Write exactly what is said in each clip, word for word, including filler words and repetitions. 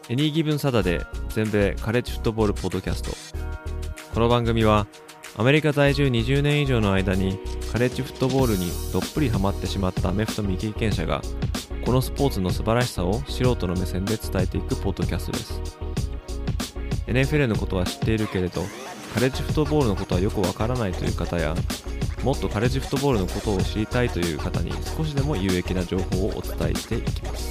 エニーギブンサタデー全米カレッジフットボールポッドキャスト。この番組はアメリカ在住にじゅうねん以上の間にカレッジフットボールにどっぷりハマってしまったアメフト未経験者がこのスポーツの素晴らしさを素人の目線で伝えていくポッドキャストです。 エヌエフエル のことは知っているけれどカレッジフットボールのことはよくわからないという方や、もっとカレッジフットボールのことを知りたいという方に少しでも有益な情報をお伝えしていきます。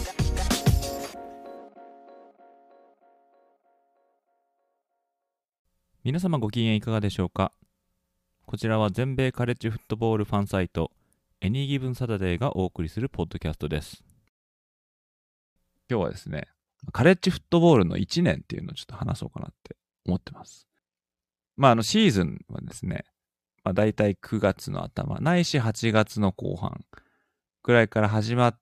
皆様ご機嫌いかがでしょうか。こちらは全米カレッジフットボールファンサイトエニーギブンサタデーがお送りするポッドキャストです。今日はですね、カレッジフットボールのいちねんっていうのをちょっと話そうかなって思ってます。まああのシーズンはですね、まあ、だいたいくがつの頭ないしはちがつの後半くらいから始まって、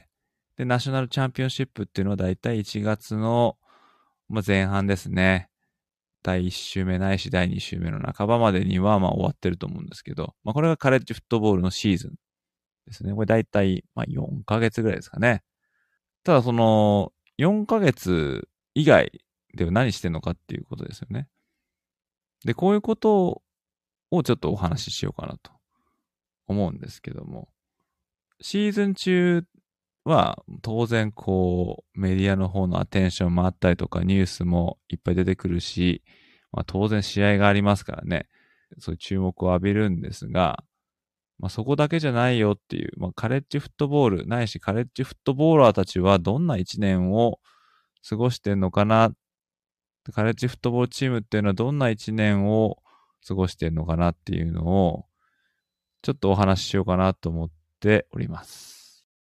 でナショナルチャンピオンシップっていうのはだいたいいちがつの、まあ、前半ですね。だいいち週目ないしだいに週目の半ばまでにはまあ終わってると思うんですけど、まあ、これがカレッジフットボールのシーズンですね。これだいたいまあよんかげつぐらいですかね。ただそのよんかげつ以外では何してんのかっていうことですよね。で、こういうことをちょっとお話ししようかなと思うんですけども、シーズン中は当然こうメディアの方のアテンションもあったりとかニュースもいっぱい出てくるし、まあ、当然試合がありますからね、そういう注目を浴びるんですが、まあ、そこだけじゃないよっていう、まあ、カレッジフットボールないしカレッジフットボーラーたちはどんないちねんを過ごしてんのかな、カレッジフットボールチームっていうのはどんないちねんを過ごしてんのかなっていうのをちょっとお話ししようかなと思っております。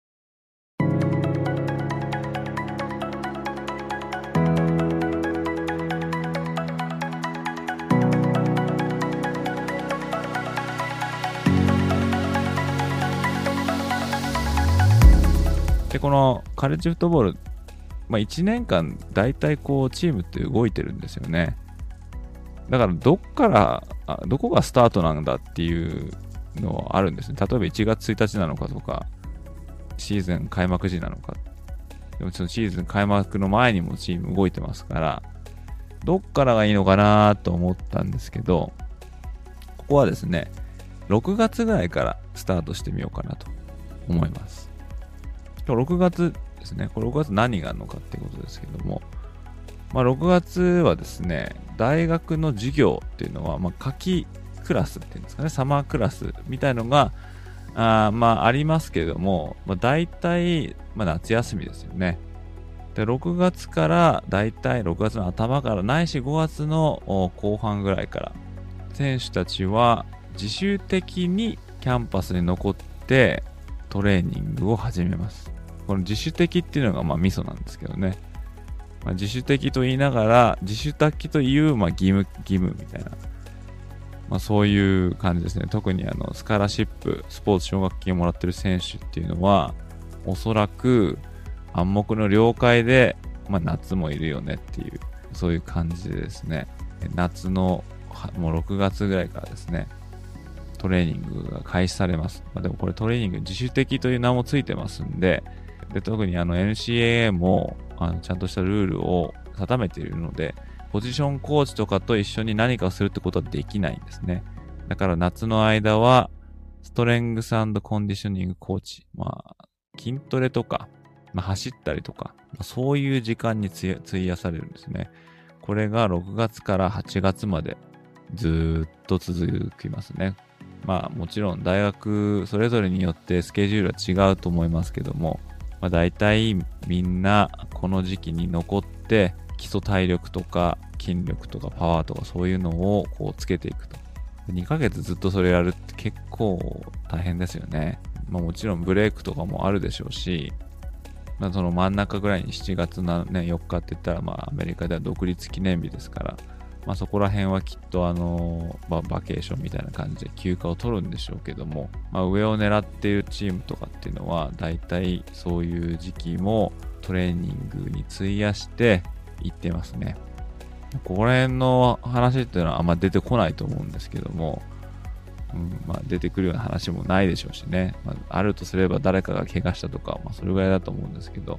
で、このカレッジフットボール、まあ、いちねんかんだいたいこうチームって動いてるんですよね。だからどっからあどこがスタートなんだっていうのはあるんですね。例えばいちがつついたちなのかとか、シーズン開幕時なのか。でもそのシーズン開幕の前にもチーム動いてますから、どっからがいいのかなと思ったんですけど、ここはですね、ろくがつぐらいからスタートしてみようかなと思います。今日ろくがつですね。これろくがつ何があるのかっていうことですけども、まあ、ろくがつはですね、大学の授業っていうのは、まあ、夏季クラスっていうんですかね、サマークラスみたいのが、あまあ、ありますけれども、まあ、大体、まあ、夏休みですよね。で、ろくがつから、大体ろくがつの頭から、ないしごがつの後半ぐらいから、選手たちは自主的にキャンパスに残ってトレーニングを始めます。この自主的っていうのがまあミソなんですけどね。まあ、自主的と言いながら、自主的というまあ義務、義務みたいな。まあそういう感じですね。特にあのスカラシップ、スポーツ奨学金をもらってる選手っていうのは、おそらく暗黙の了解で、まあ夏もいるよねっていう、そういう感じでですね。夏のもうろくがつぐらいからですね、トレーニングが開始されます。まあ、でもこれトレーニング自主的という名もついてますんで、で特にあの エヌシーエーエー もあのちゃんとしたルールを定めているので、ポジションコーチとかと一緒に何かをするってことはできないんですね。だから夏の間はストレングス&コンディショニングコーチ、まあ筋トレとか、まあ、走ったりとか、まあ、そういう時間に費やされるんですね。これがろくがつからはちがつまでずーっと続きますね。まあもちろん大学それぞれによってスケジュールは違うと思いますけども、まあ、大体みんなこの時期に残って基礎体力とか筋力とかパワーとかそういうのをこうつけていくと。にかげつずっとそれやるって結構大変ですよね。まあもちろんブレイクとかもあるでしょうし、まあその真ん中ぐらいにしちがつの、ね、よっかって言ったらまあアメリカでは独立記念日ですから、まあそこら辺はきっとあのー、バ, バケーションみたいな感じで休暇を取るんでしょうけども、まあ上を狙っているチームとかっていうのは大体そういう時期もトレーニングに費やしていってますね。ここら辺の話っていうのはあんま出てこないと思うんですけども、うんまあ、出てくるような話もないでしょうしね、まあ、あるとすれば誰かが怪我したとか、まあ、それぐらいだと思うんですけど、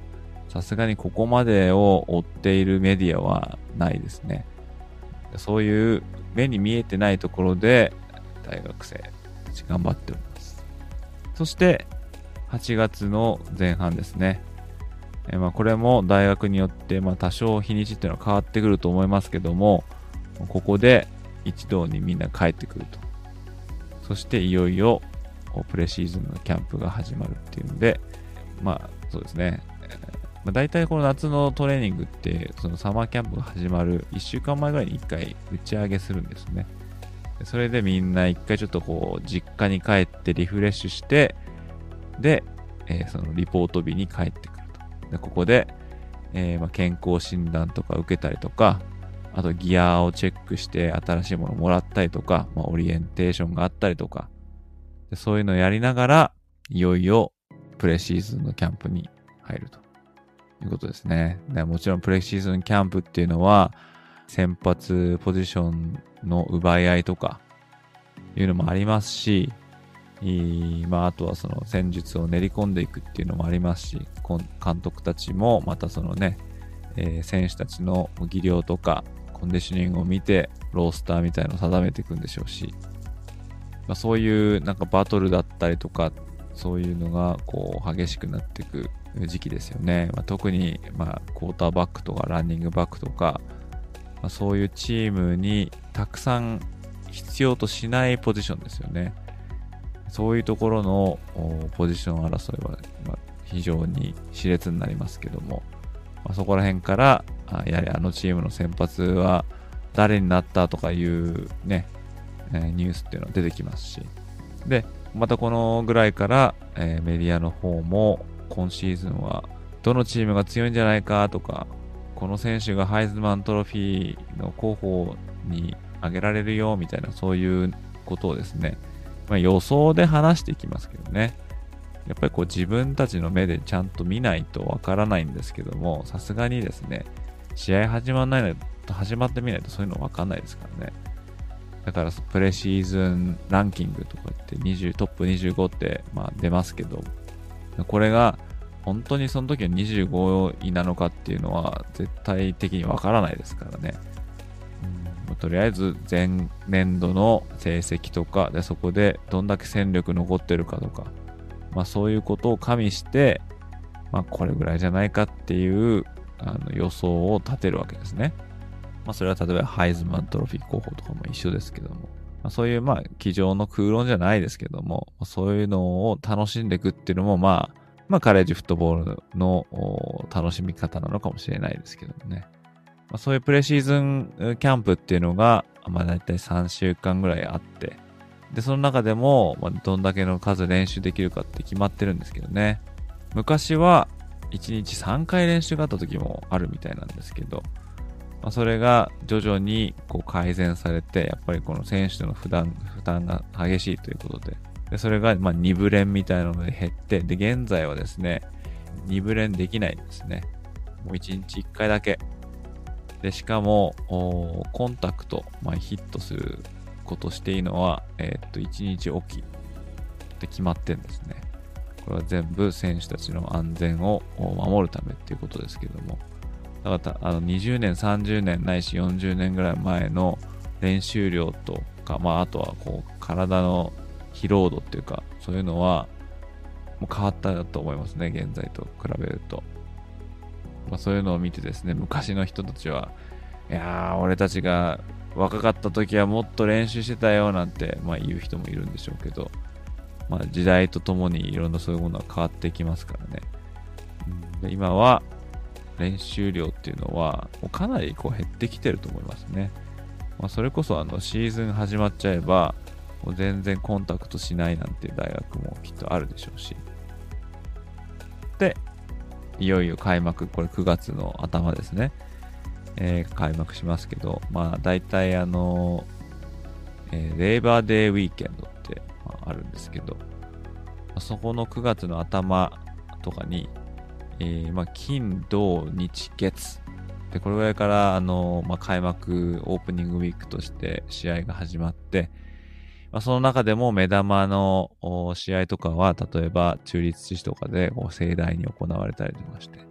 さすがにここまでを追っているメディアはないですね。そういう目に見えてないところで大学生たち頑張っております。そしてはちがつの前半ですね。えまあこれも大学によってまあ多少日にちっていうのは変わってくると思いますけども、ここで一堂にみんな帰ってくると。そしていよいよプレシーズンのキャンプが始まるっていうので、まあそうですね。まあ、大体この夏のトレーニングって、そのサマーキャンプが始まるいっしゅうかんまえぐらいにいっかい打ち上げするんですね。それでみんないっかいちょっとこう、実家に帰ってリフレッシュして、で、えー、そのリポート日に帰ってくると。でここで、えー、まあ健康診断とか受けたりとか、あとギアをチェックして新しいものをもらったりとか、まあ、オリエンテーションがあったりとか、でそういうのをやりながら、いよいよプレシーズンのキャンプに入ると。いうことですね。でもちろんプレシーズンキャンプっていうのは先発ポジションの奪い合いとかいうのもありますし、まああとはその戦術を練り込んでいくっていうのもありますし、監督たちもまたそのね、えー、選手たちの技量とかコンディショニングを見てロースターみたいのを定めていくんでしょうし、まあ、そういうなんかバトルだったりとかそういうのがこう激しくなっていく時期ですよね。まあ、特に、まあ、クォーターバックとかランニングバックとか、まあ、そういうチームにたくさん必要としないポジションですよね。そういうところのポジション争いは、まあ、非常に熾烈になりますけども、まあ、そこら辺からあやはりあのチームの先発は誰になったとかいうね、えー、ニュースっていうのは出てきますし、でまたこのぐらいから、えー、メディアの方も今シーズンはどのチームが強いんじゃないかとか、この選手がハイズマントロフィーの候補に挙げられるよみたいな、そういうことをですね、まあ、予想で話していきますけどね。やっぱりこう自分たちの目でちゃんと見ないとわからないんですけども、さすがにですね、試合始まらないと、始まってみないとそういうのわかんないですからね。だからプレシーズンランキングとかってにじゅうトップにじゅうごってまあ出ますけど、これが本当にその時はにじゅうごいなのかっていうのは絶対的にわからないですからね。うん、とりあえず前年度の成績とかで、そこでどんだけ戦力残ってるかとか、まあそういうことを加味して、まあこれぐらいじゃないかっていうあの予想を立てるわけですね。まあそれは例えばハイズマントロフィー候補とかも一緒ですけども、まあ、そういうまあ机上の空論じゃないですけども、そういうのを楽しんでいくっていうのもまあ、まあカレッジフットボールの楽しみ方なのかもしれないですけどもね。まあ、そういうプレシーズンキャンプっていうのが、まあ大体さんしゅうかんぐらいあって、で、その中でも、まあ、どんだけの数練習できるかって決まってるんですけどね。昔はいちにちさんかい練習があった時もあるみたいなんですけど、まあ、それが徐々にこう改善されて、やっぱりこの選手の負担、負担が激しいということで、でそれがまあに部練みたいなので減って、で、現在はですね、に部練できないんですね。もういちにちいっかいだけ。で、しかも、コンタクト、まあ、ヒットすることしていいのは、えー、っと、いちにちおきって決まってるんですね。これは全部選手たちの安全を守るためっていうことですけども。だからあのにじゅうねん、さんじゅうねんないしよんじゅうねんぐらい前の練習量とか、まああとはこう体の疲労度っていうか、そういうのはもう変わったと思いますね、現在と比べると。まあそういうのを見てですね、昔の人たちは、いやー、俺たちが若かった時はもっと練習してたよなんて、まあ言う人もいるんでしょうけど、まあ時代とともにいろんなそういうものは変わってきますからね。で今は練習量っていうのはもうかなりこう減ってきてると思いますね。まあ、それこそあのシーズン始まっちゃえばもう全然コンタクトしないなんていう大学もきっとあるでしょうし。で、いよいよ開幕、これくがつの頭ですね。えー、開幕しますけど、まあ大体あの、えー、レーバーデーウィーケンドって、まあ、あるんですけど、そこのくがつの頭とかに、えー、まあ金、土、日、月でこれぐらいからあの、まあ、開幕オープニングウィークとして試合が始まって、まあ、その中でも目玉の試合とかは例えば中立地とかでこう盛大に行われたりとかして、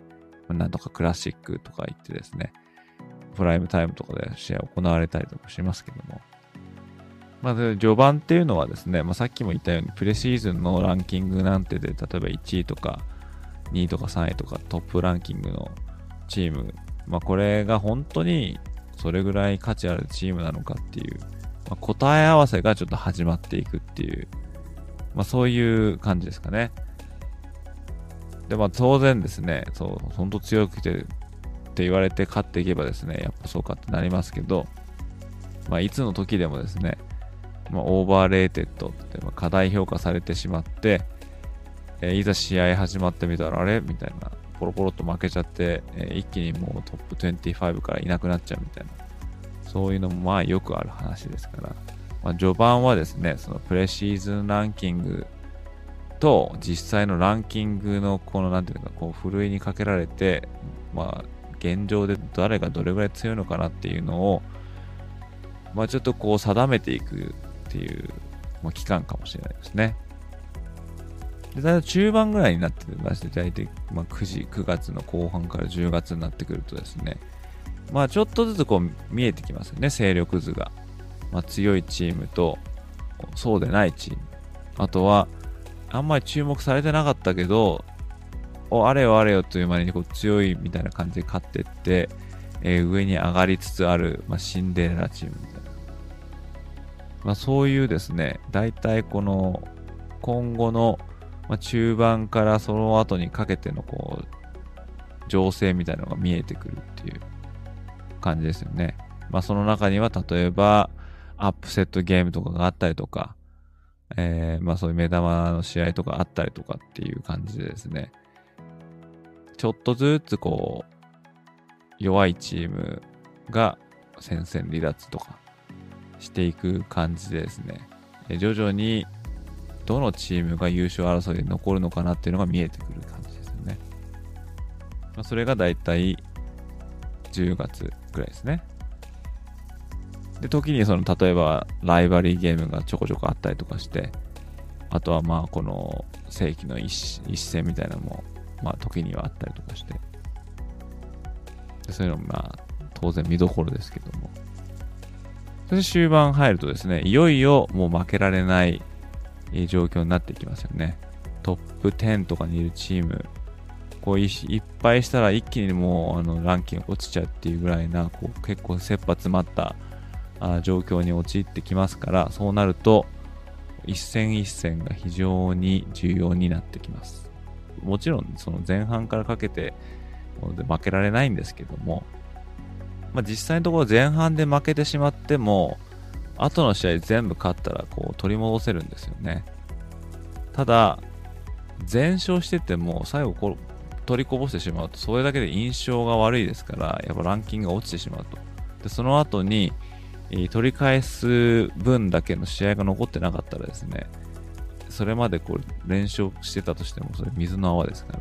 なんとかクラシックとか言ってですね、プライムタイムとかで試合行われたりとかしますけども、まあ、序盤っていうのはですね、まあ、さっきも言ったようにプレシーズンのランキングなんてで、例えばいちいとかにいとかさんいとかトップランキングのチーム、まあ、これが本当にそれぐらい価値あるチームなのかっていう、まあ、答え合わせがちょっと始まっていくっていう、まあ、そういう感じですかね。で、まあ当然ですね、そう、本当強くてって言われて勝っていけばですね、やっぱそうかってなりますけど、まあいつの時でもですね、まあオーバーレーテッドって、まあ、過大評価されてしまって、えーいざ試合始まってみたら、あれみたいな、ポロポロっと負けちゃって、えー一気にもうトップにじゅうごからいなくなっちゃうみたいな、そういうのもまあよくある話ですから、まあ、序盤はですね、そのプレシーズンランキングと実際のランキングのこのなんていうかこうふるいにかけられて、まあ現状で誰がどれぐらい強いのかなっていうのを、まあちょっとこう定めていくっていう、まあ、期間かもしれないですね。で、だいたい中盤ぐらいになってまして、大体まあくじ、くがつの後半からじゅうがつになってくるとですね、まあちょっとずつこう見えてきますよね、勢力図が。まあ、強いチームとそうでないチーム。あとはあんまり注目されてなかったけど、おあれよあれよという間にこう強いみたいな感じで勝っていって、えー、上に上がりつつある、まあ、シンデレラチームみたいな。まあ、そういうですね、大体この今後の、まあ、中盤からその後にかけてのこう情勢みたいなのが見えてくるっていう感じですよね。まあ、その中には例えばアップセットゲームとかがあったりとか、えー、まあそういう目玉の試合とかあったりとかっていう感じでですね、ちょっとずつこう弱いチームが戦線離脱とかしていく感じでですね、徐々にどのチームが優勝争いで残るのかなっていうのが見えてくる感じですよね。まあ、それがだいたいじゅうがつぐらいですね。で、時にその例えばライバリーゲームがちょこちょこあったりとかして、あとはまあこの世紀の 一, 一戦みたいなのもまあ時にはあったりとかして、でそういうのもまあ当然見どころですけども、そして終盤入るとですね、いよいよもう負けられない状況になってきますよね。トップじゅうとかにいるチーム、こういいっぱいしたら一気にもうあのランキング落ちちゃうっていうぐらいな、こう結構切羽詰まったあ状況に陥ってきますから、そうなると一戦一戦が非常に重要になってきます。もちろんその前半からかけて負けられないんですけども、まあ、実際のところ前半で負けてしまっても後の試合全部勝ったらこう取り戻せるんですよね。ただ全勝してても最後こう取りこぼしてしまうとそれだけで印象が悪いですから、やっぱランキングが落ちてしまうと。でその後に取り返す分だけの試合が残ってなかったらですね、それまでこう連勝してたとしてもそれ水の泡ですから、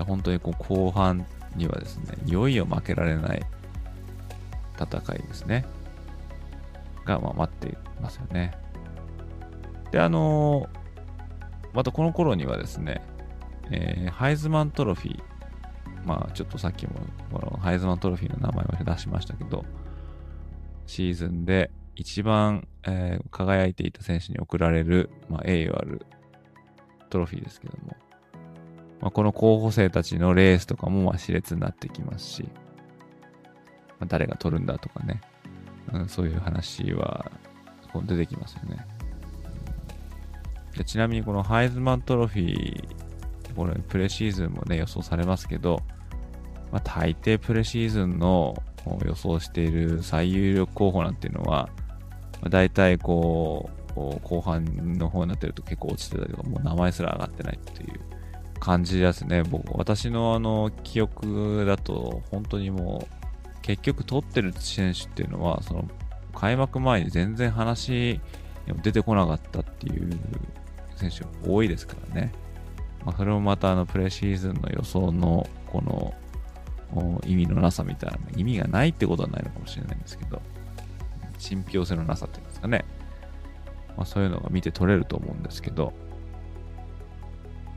本当にこう後半にはですね、いよいよ負けられない戦いですねがまあ待っていますよね。で、あのー、またこの頃にはですね、えー、ハイズマントロフィー、まあちょっとさっきもこのハイズマントロフィーの名前を出しましたけど、シーズンで一番、えー、輝いていた選手に贈られる、まあ、栄誉あるトロフィーですけども、まあ、この候補生たちのレースとかもまあ熾烈になってきますし、まあ、誰が取るんだとかね、うん、そういう話は出てきますよね。でちなみにこのハイズマントロフィー、これプレシーズンもね予想されますけど、まあ、大抵プレシーズンの予想している最有力候補なんていうのは、まあ、大体こう後半の方になってると結構落ちてたりとか、もう名前すら上がってないっていう感じですね。僕私のあの記憶だと本当にもう結局取ってる選手っていうのはその開幕前に全然話にも出てこなかったっていう選手が多いですからね。まあ、それもまたあのプレシーズンの予想のこの意味のなさみたいな、意味がないってことはないのかもしれないんですけど、信憑性のなさっていうんですかね、まあ、そういうのが見て取れると思うんですけど、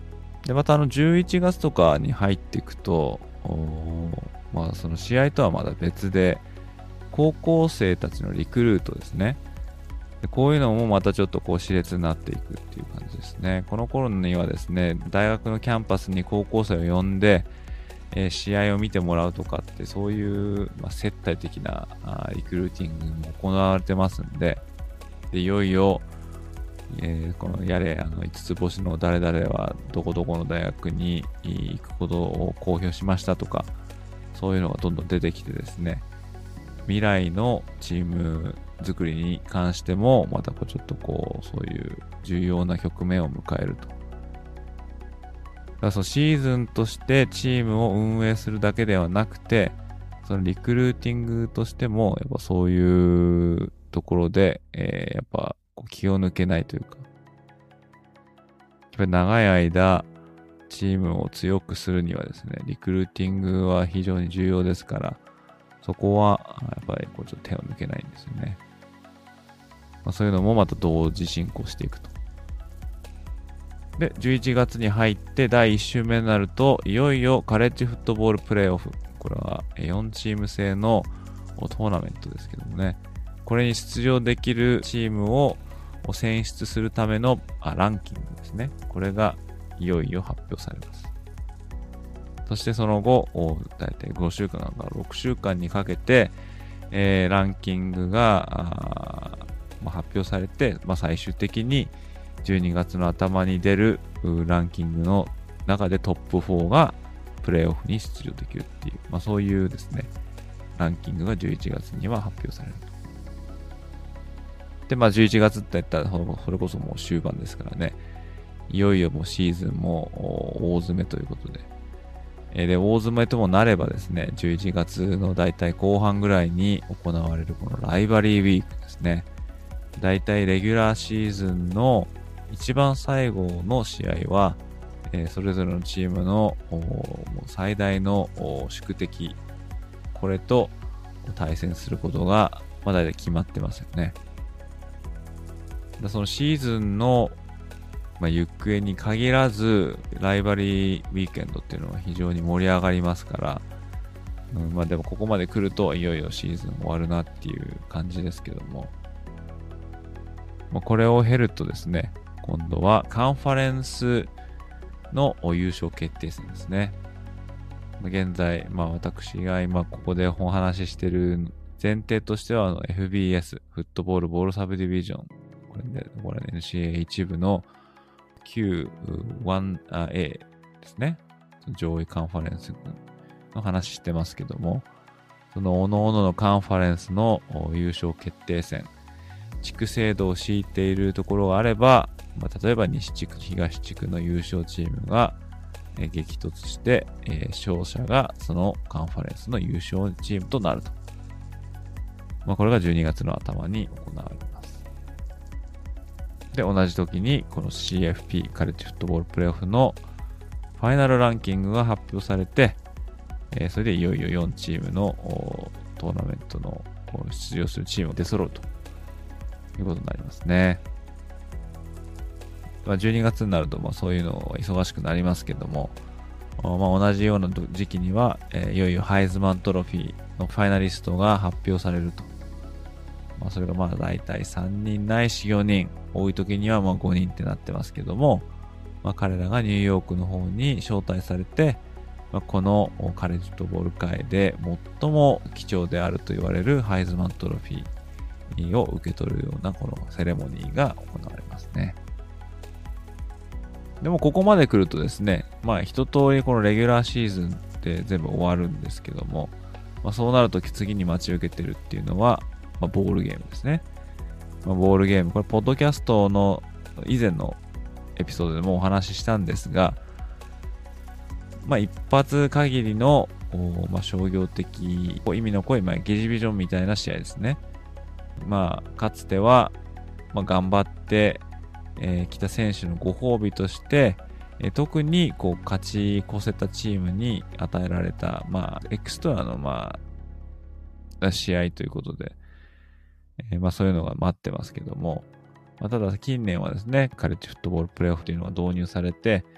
で、またあのじゅういちがつとかに入っていくと、まあその試合とはまだ別で、高校生たちのリクルートですね。でこういうのもまたちょっとこう熾烈になっていくっていう感じですね。この頃にはですね、大学のキャンパスに高校生を呼んで、えー、試合を見てもらうとかって、そういう、まあ、接待的なあリクルーティングも行われてますんで、でいよいよ、えー、このやれあのいつつ星の誰々はどこどこの大学に行くことを公表しましたとか、そういうのがどんどん出てきてですね、未来のチーム作りに関してもまたこうちょっとこうそういう重要な局面を迎えると。だからそのシーズンとしてチームを運営するだけではなくて、そのリクルーティングとしてもやっぱそういうところで、えー、やっぱ気を抜けないというか、やっぱり長い間チームを強くするにはですね、リクルーティングは非常に重要ですから、そこはやっぱりこうちょっと手を抜けないんですよね。まあ、そういうのもまた同時進行していくと。で、じゅういちがつに入ってだいいっ週目になると、いよいよカレッジフットボールプレイオフ。これはよんチーム制のトーナメントですけどもね。これに出場できるチームを選出するためのあランキングですね。これがいよいよ発表されます。そしてその後、だいたいごしゅうかんからろくしゅうかんにかけて、えー、ランキングが、まあ、発表されて、まあ、最終的にじゅうにがつの頭に出るランキングの中でトップフォーがプレイオフに出場できるっていう、まあ、そういうですね、ランキングがじゅういちがつには発表されると。で、まあじゅういちがつって言ったら、それこそもう終盤ですからね、いよいよもうシーズンも大詰めということで、で、大詰めともなればですね、じゅういちがつのだいたい後半ぐらいに行われるこのライバリーウィークですね。だいたいレギュラーシーズンの一番最後の試合は、えー、それぞれのチームの最大の宿敵、これと対戦することが、まあ、大体決まってますよね。だそのシーズンのまあ、行方に限らず、ライバリーウィーケンドっていうのは非常に盛り上がりますから、うん、まあでもここまで来るといよいよシーズン終わるなっていう感じですけども、まあ、これを経るとですね、今度はカンファレンスの優勝決定戦ですね。現在、まあ私が今ここでお話ししている前提としては エフビーエス、フットボールボールサブディビジョン、これで、これ エヌシーエー 一部のキューワンエー ですね。上位カンファレンスの話してますけども、その各々のカンファレンスの優勝決定戦、地区制度を敷いているところがあれば、まあ、例えば西地区、東地区の優勝チームが激突して、えー、勝者がそのカンファレンスの優勝チームとなると。まあ、これがじゅうにがつの頭に行われます。で、同じ時にこの シーエフピー カレッジフットボールプレイオフのファイナルランキングが発表されて、えー、それでいよいよよんチームのトーナメントの出場するチームが出揃うということになりますね。まあ、じゅうにがつになるとまあそういうの忙しくなりますけども、まあ、同じような時期には、えー、いよいよハイズマントロフィーのファイナリストが発表されると。まあ、それがまあ大体さんにんないしよにん、多い時にはまあごにんってなってますけども、まあ、彼らがニューヨークの方に招待されて、まあ、このカレッジフットボール界で最も貴重であると言われるハイズマントロフィーを受け取るようなこのセレモニーが行われますね。でもここまで来るとですね、まあ一通りこのレギュラーシーズンって全部終わるんですけども、まあ、そうなると次に待ち受けてるっていうのは、まあ、ボールゲームですね。まあ、ボールゲーム、これポッドキャストの以前のエピソードでもお話ししたんですが、まあ一発限りの、まあ、商業的意味の濃い、まあ、エキシビジョンみたいな試合ですね。まあかつては、まあ、頑張ってえー、来た選手のご褒美として、えー、特にこう勝ち越せたチームに与えられた、まあ、エクストラの、まあ、試合ということで、えーまあ、そういうのが待ってますけども、まあ、ただ近年はですね、カレッジフットボールプレイオフというのが導入されて、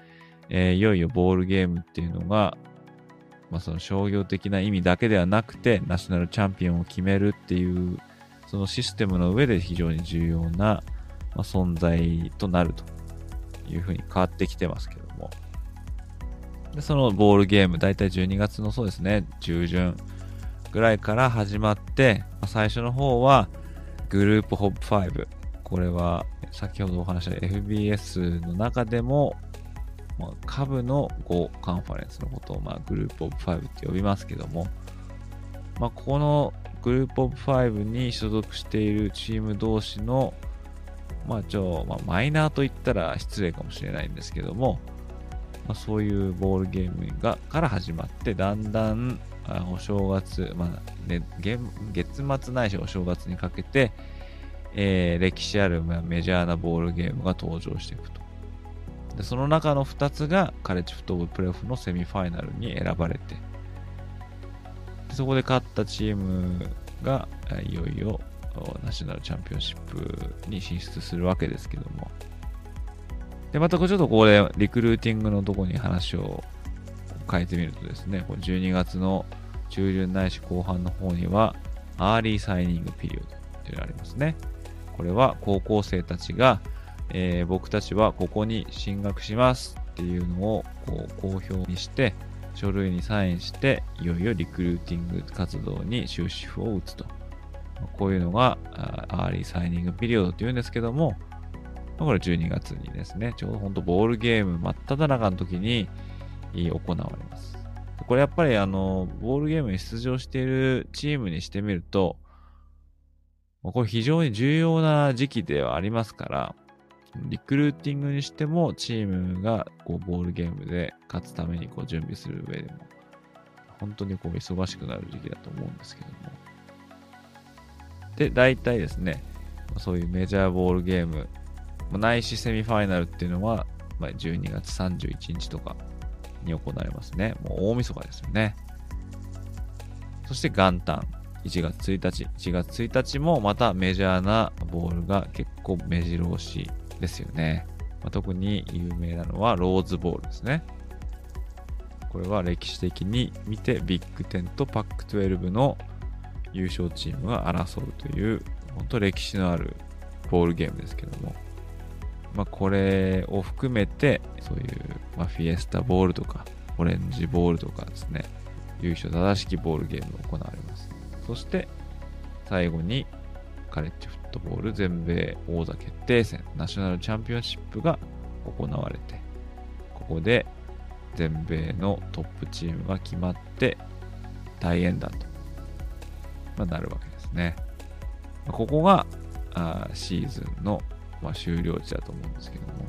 えー、いよいよボールゲームっていうのが、まあ、その商業的な意味だけではなくて、ナショナルチャンピオンを決めるっていう、そのシステムの上で非常に重要な、まあ、存在となるというふうに変わってきてますけども。で、そのボールゲーム、だいたいじゅうにがつのそうですね、中旬ぐらいから始まって、まあ、最初の方はグループホップファイブ。これは先ほどお話した エフビーエス の中でも、まあ、下部のごカンファレンスのことを、まあ、グループオブファイブって呼びますけども、まあ、このグループオブファイブに所属しているチーム同士の、まあ、ちょ、まあ、マイナーと言ったら失礼かもしれないんですけども、まあ、そういうボールゲームがから始まって、だんだんあお正月、まあね、月末ないしお正月にかけて、えー、歴史あるメジャーなボールゲームが登場していくと。でその中のふたつがカレッジフットボールプレーオフのセミファイナルに選ばれて、でそこで勝ったチームがいよいよナショナルチャンピオンシップに進出するわけですけども、でまたちょっとここでリクルーティングのところに話を変えてみるとですね、これじゅうにがつの中旬ないし後半の方にはアーリーサイニングピリオドっていうのがありますね。これは高校生たちがえー、僕たちはここに進学しますっていうのをこう公表にして書類にサインしていよいよリクルーティング活動に終止符を打つと、こういうのがアーリーサイニングピリオドっていうんですけども、これじゅうにがつにですね、ちょうど本当ボールゲーム真っ只中の時に行われます。これやっぱりあのボールゲームに出場しているチームにしてみると、これ非常に重要な時期ではありますから、リクルーティングにしてもチームがこうボールゲームで勝つためにこう準備する上でも本当にこう忙しくなる時期だと思うんですけども、で大体ですね、そういうメジャーボールゲームないしセミファイナルっていうのはじゅうにがつさんじゅういちにちとかに行われますね。もう大晦日ですよね。そして元旦いちがつついたち、いちがつついたちもまたメジャーなボールが結構目白押しですよね。まあ、特に有名なのはローズボールですね。これは歴史的に見てビッグテンとパックじゅうにの優勝チームが争うという本当歴史のあるボールゲームですけども、まあ、これを含めてそういう、まあ、フィエスタボールとかオレンジボールとかですね、優勝正しきボールゲームが行われます。そして最後にカレッジフットボール全米王座決定戦ナショナルチャンピオンシップが行われて、ここで全米のトップチームが決まって大演談と、まあ、なるわけですね。ここがあーシーズンの、まあ、終了地だと思うんですけども、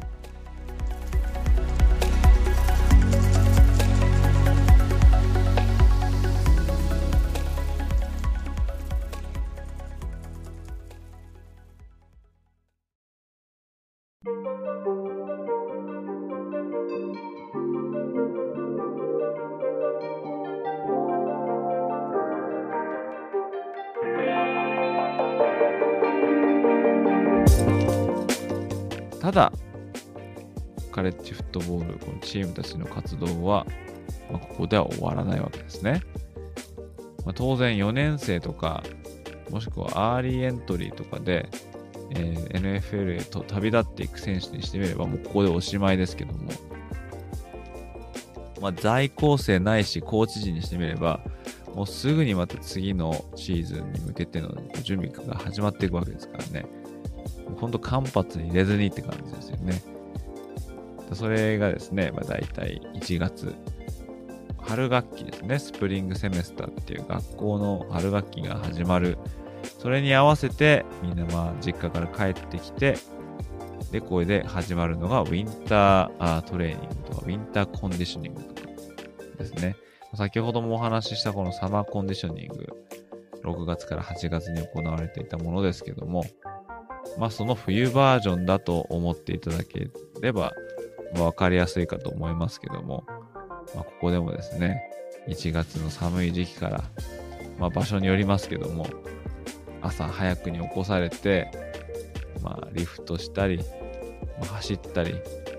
ただカレッジフットボール、このチームたちの活動は、まあ、ここでは終わらないわけですね。まあ、当然よねん生とかもしくはアーリーエントリーとかで、えー、エヌエフエル へと旅立っていく選手にしてみればもうここでおしまいですけども、まあ、在校生ないしコーチ陣にしてみればもうすぐにまた次のシーズンに向けての準備が始まっていくわけですからね。ほんと間髪に入れずにって感じですよね。それがですね、まあ、大体いちがつ、春学期ですね、スプリングセメスターっていう学校の春学期が始まる。それに合わせてみんなまあ実家から帰ってきて、で、これで始まるのがウィンタートレーニングとかウィンターコンディショニングとかですね。先ほどもお話ししたこのサマーコンディショニング、ろくがつからはちがつに行われていたものですけども、まあその冬バージョンだと思っていただければ、まあ、分かりやすいかと思いますけども、まあ、ここでもですね、いちがつの寒い時期から、まあ場所によりますけども、朝早くに起こされて、まあリフトしたり、まあ、走ったり、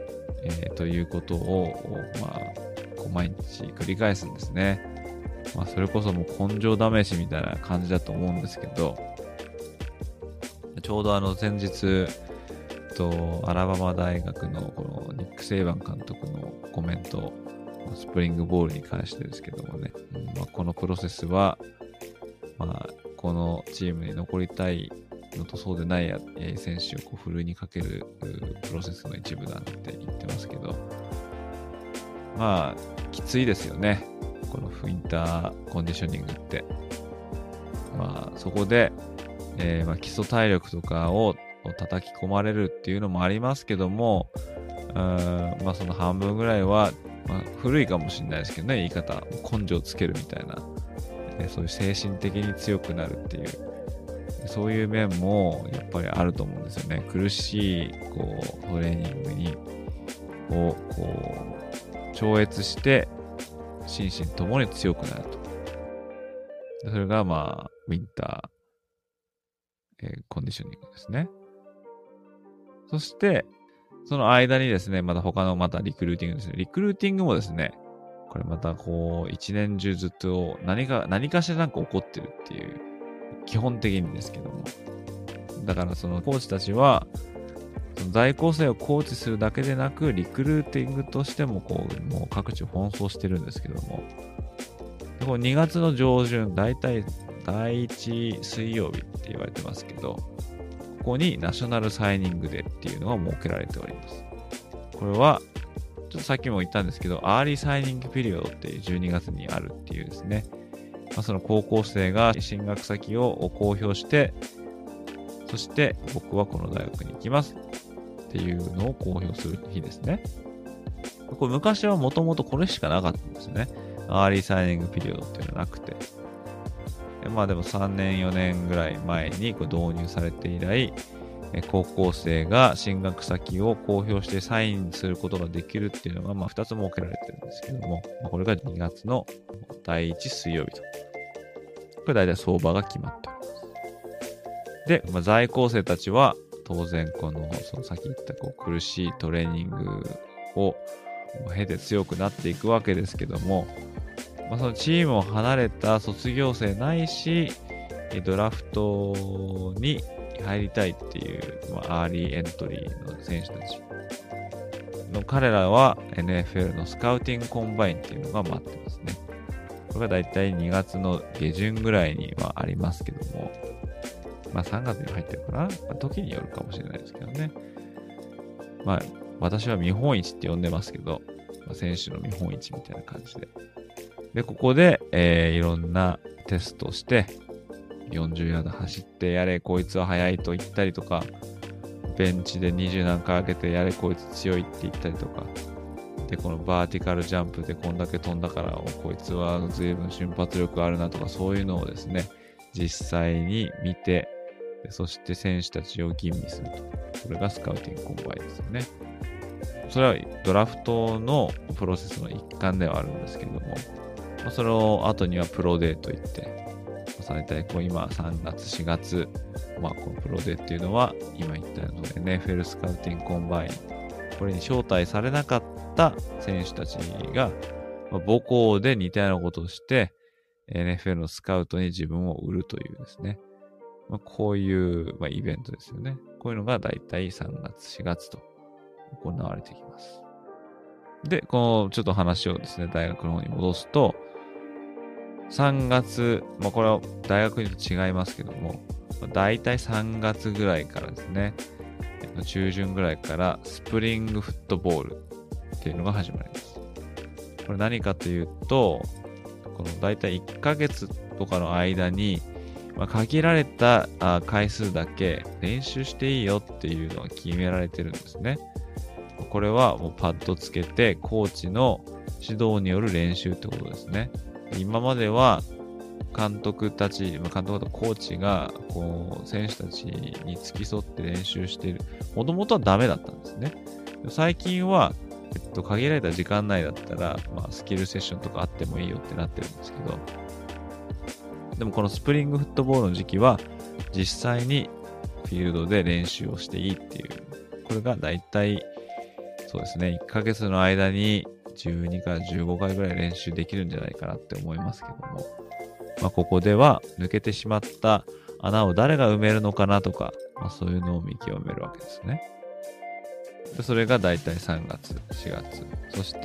えー、ということを、まあ、こう毎日繰り返すんですね。まあ、それこそもう根性試しみたいな感じだと思うんですけど、ちょうどあの前日とアラバマ大学のこのニック・セイバン監督のコメント、スプリングボールに関してですけどもね、うんまあ、このプロセスは、まあ、このチームに残りたいのとそうでない選手をこうふるいにかけるプロセスの一部だって言ってますけど、まあきついですよね、このウィンターコンディショニングって。まあそこで、えー、まあ基礎体力とかを叩き込まれるっていうのもありますけども、うーんまあその半分ぐらいは、まあ、古いかもしれないですけどね、言い方、根性つけるみたいな、えー、そういう精神的に強くなるっていう、そういう面もやっぱりあると思うんですよね。苦しいこうトレーニングにをこう超越して心身ともに強くなると。それがまあウィンター、えー、コンディショニングですね。そしてその間にですね、また他のまたリクルーティングですね。リクルーティングもですね、これまたこう一年中ずっと何か何かしらなんか起こってるっていう。基本的にですけども、だからそのコーチたちはその在校生をコーチするだけでなくリクルーティングとしてもこうもう各地奔走してるんですけども、でこうにがつの上旬、だいたいだいいち水曜日って言われてますけど、ここにナショナルサイニングデーっていうのが設けられております。これはちょっとさっきも言ったんですけど、アーリーサイニングピリオドっていうじゅうにがつにあるっていうですね、まあ、その高校生が進学先を公表して、そして僕はこの大学に行きますっていうのを公表する日ですね。これ昔はもともとこれしかなかったんですよね。アーリーサイニングピリオドっていうのはなくて。まあでもさんねんよねんぐらい前にこれ導入されて以来、高校生が進学先を公表してサインすることができるっていうのがまあふたつ設けられてるんですけども、これがにがつのだいいち水曜日と。これ大体相場が決まっております。で、まあ、在校生たちは当然この、その先言ったこう苦しいトレーニングを経て強くなっていくわけですけども、まあ、そのチームを離れた卒業生ないし、ドラフトに入りたいっていう、まあ、アーリーエントリーの選手たちの彼らは エヌエフエル のスカウティングコンバインっていうのが待ってますね。これがだいたいにがつの下旬ぐらいにはありますけども、まあさんがつに入ってるかな、まあ、時によるかもしれないですけどね。まあ私は見本市って呼んでますけど、まあ、選手の見本市みたいな感じで。で、ここで、えー、いろんなテストをして、よんじゅうヤード走ってやれ、こいつは速いと言ったりとか、ベンチでにじゅう何回上げてやれ、こいつ強いって言ったりとか、で、このバーティカルジャンプでこんだけ飛んだから、こいつは随分瞬発力あるなとか、そういうのをですね、実際に見て、そして選手たちを吟味すると。それがスカウティングコンバインですよね。それはドラフトのプロセスの一環ではあるんですけれども、まあ、その後にはプロデーといって、大体こう今さんがつ、しがつ、まあ、このプロデーっていうのは、今言ったような エヌエフエル スカウティングコンバイン、これに招待されなかった選手たちが、まあ、母校で似たようなことをして、エヌエフエル のスカウトに自分を売るというですね、まあ、こういう、まあ、イベントですよね。こういうのがだいたいさんがつ、しがつと行われてきます。で、このちょっと話をですね、大学の方に戻すと、さんがつ、まあ、これは大学によって違いますけども、だいたいさんがつぐらいからですね、中旬ぐらいからスプリングフットボールっていうのが始まります。これ何かというと、このだいたいいっかげつとかの間に、まあ、限られた回数だけ練習していいよっていうのが決められてるんですね。これはもうパッドつけてコーチの指導による練習ってことですね。今までは監督たち、監督とコーチがこう選手たちに付き添って練習している。もともとはダメだったんですね。最近は、えっと、限られた時間内だったら、まあ、スキルセッションとかあってもいいよってなってるんですけど、でもこのスプリングフットボールの時期は実際にフィールドで練習をしていいっていう、これがだいたいそうですね、いっかげつの間にじゅうにからじゅうごかいぐらい練習できるんじゃないかなって思いますけども、まあ、ここでは抜けてしまった穴を誰が埋めるのかなとか、まあ、そういうのを見極めるわけですね。でそれがだいたいさんがつ、しがつ。そして、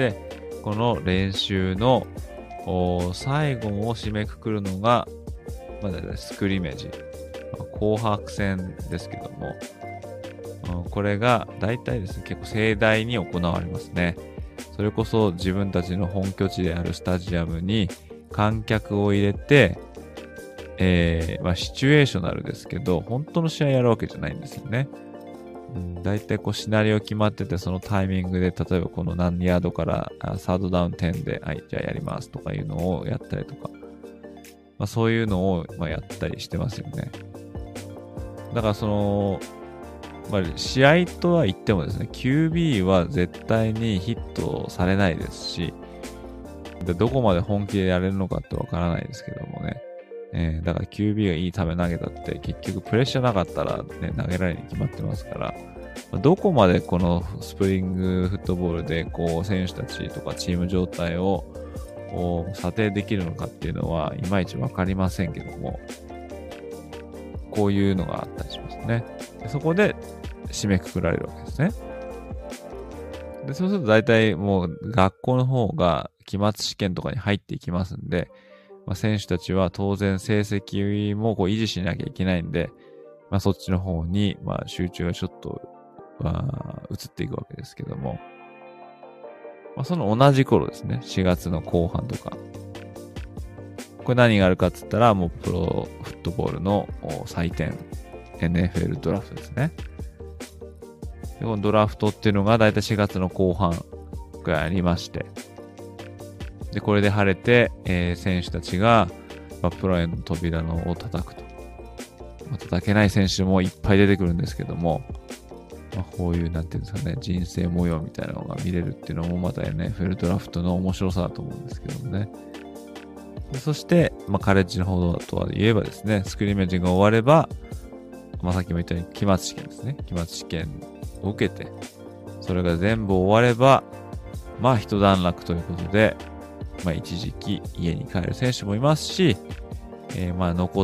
この練習の最後を締めくくるのが、まあ、だいたいスクリメージ。まあ、紅白戦ですけども、これがだいたいですね、結構盛大に行われますね。それこそ自分たちの本拠地であるスタジアムに観客を入れて、えー、まあシチュエーショナルですけど、本当の試合やるわけじゃないんですよね。うん、だいたいこうシナリオ決まってて、そのタイミングで、例えばこの何ヤードからサードダウンじゅうで、はい、じゃあやりますとかいうのをやったりとか、まあ、そういうのをまあやったりしてますよね。だからその、まあ、試合とは言ってもですね、キュービー は絶対にヒットされないですし、でどこまで本気でやれるのかってわからないですけどもね。えー、だから キュービー がいいため投げたって結局プレッシャーなかったら、ね、投げられに決まってますから、どこまでこのスプリングフットボールでこう選手たちとかチーム状態を査定できるのかっていうのはいまいちわかりませんけども、こういうのがあったりしますね。でそこで締めくくられるわけですね。でそうすると大体もう学校の方が期末試験とかに入っていきますんで、まあ、選手たちは当然成績もこう維持しなきゃいけないんで、まあ、そっちの方にまあ集中がちょっと、まあ、移っていくわけですけども、まあ、その同じ頃ですね、しがつの後半とか、これ何があるかって言ったら、もうプロフットボールの祭典、エヌエフエル ドラフトですね。でこのドラフトっていうのがだいたいしがつの後半くらいありまして、で、これで晴れて、えー、選手たちが、まあ、プロへの扉のを叩くと。まあ、叩けない選手もいっぱい出てくるんですけども、まあ、こういう、なんていうんですかね、人生模様みたいなのが見れるっていうのもまた エヌエフエル ドラフトの面白さだと思うんですけどもね。でそして、まあ、カレッジの方とは言えばですね、スクリーメージが終われば、まあ、さっきも言ったように期末試験ですね。期末試験を受けて、それが全部終われば、まあ一段落ということで、まあ一時期家に帰る選手もいますし、えー、まあ残って、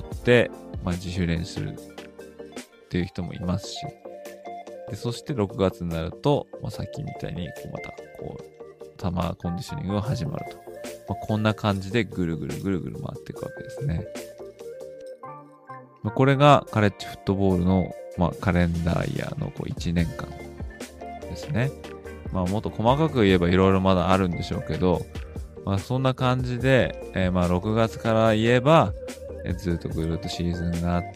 まあ自主練するっていう人もいますし、でそしてろくがつになると、まあ、さっきみたいにこうまたこうサマーコンディショニングが始まると、まあ、こんな感じでぐるぐるぐるぐる回っていくわけですね。まあ、これがカレッジフットボールの、まあ、カレンダーイヤーのこういちねんかんですね。まあもっと細かく言えばいろいろまだあるんでしょうけど、まあそんな感じで、えー、まあろくがつから言えば、えー、ずっとぐるっとシーズンがあって、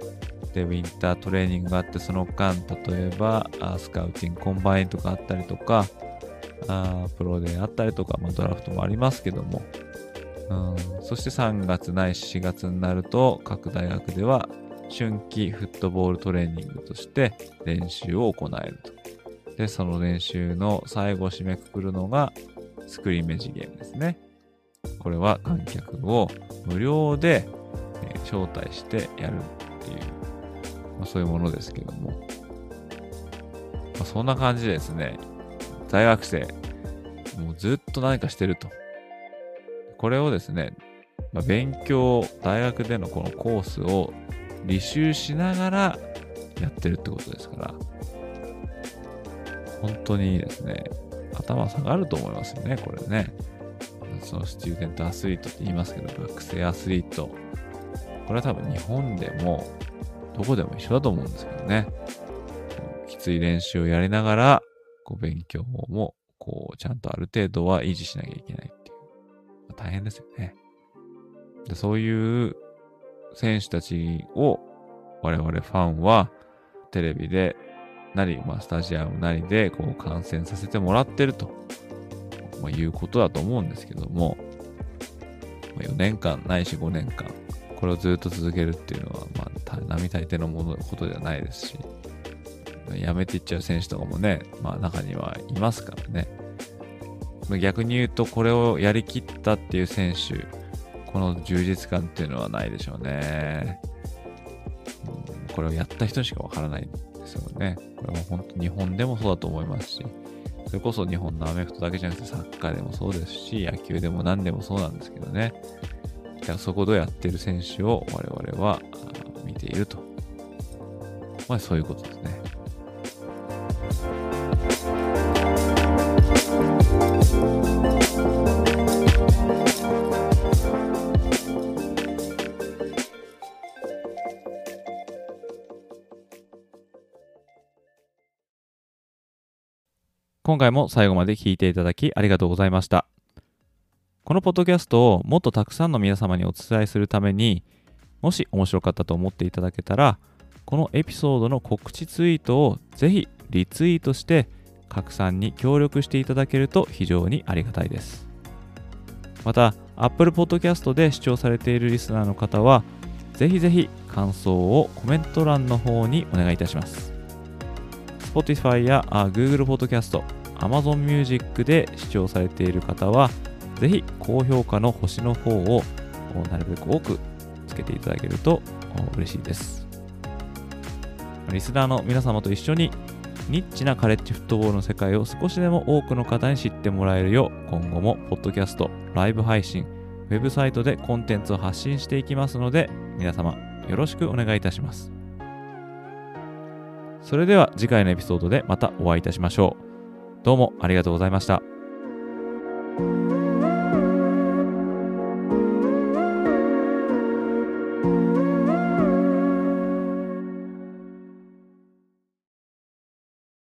で、ウィンタートレーニングがあって、その間、例えば、あスカウティングコンバインとかあったりとか、あプロであったりとか、まあ、ドラフトもありますけども、うん、そしてさんがつないししがつになると、各大学では春季フットボールトレーニングとして練習を行えると。で、その練習の最後締めくくるのがスクリーメージゲームですね。これは観客を無料で、えー、招待してやるっていう、まあ、そういうものですけども、まあ、そんな感じでですね、大学生、もうずっと何かしてると。これをですね、まあ、勉強、大学でのこのコースを履修しながらやってるってことですから、本当にですね、頭下がると思いますよね、これね。そのスチューデントアスリートって言いますけど、学生アスリート。これは多分日本でも、どこでも一緒だと思うんですけどね。きつい練習をやりながら、こう勉強も、こう、ちゃんとある程度は維持しなきゃいけないっていう。まあ、大変ですよね。で。そういう選手たちを、我々ファンは、テレビで、なり、まあ、スタジアムなりで、こう、観戦させてもらってると、まあ、いうことだと思うんですけども、まあ、よねんかん、ないしごねんかん、これをずっと続けるっていうのは、まあ、並大抵のもの、ことではないですし、やめていっちゃう選手とかもね、まあ、中にはいますからね。逆に言うと、これをやりきったっていう選手、この充実感っていうのはないでしょうね。うん、これをやった人にしかわからないんですよね。これは本当日本でもそうだと思いますし、 それこそ日本のアメフトだけじゃなくてサッカーでもそうですし、野球でも何でもそうなんですけどね。だからそこでやってる選手を我々は見ていると。まあそういうことですね。今回も最後まで聞いていただきありがとうございました。このポッドキャストをもっとたくさんの皆様にお伝えするために、もし面白かったと思っていただけたら、このエピソードの告知ツイートをぜひリツイートして拡散に協力していただけると非常にありがたいです。また、Apple Podcast で視聴されているリスナーの方は、ぜひぜひ感想をコメント欄の方にお願いいたします。Spotify や Google Podcast、Amazon Music で視聴されている方は、ぜひ高評価の星の方をなるべく多くつけていただけると嬉しいです。リスナーの皆様と一緒にニッチなカレッジフットボールの世界を少しでも多くの方に知ってもらえるよう、今後もポッドキャスト、ライブ配信、ウェブサイトでコンテンツを発信していきますので、皆様よろしくお願いいたします。それでは次回のエピソードでまたお会いいたしましょう。どうもありがとうございました。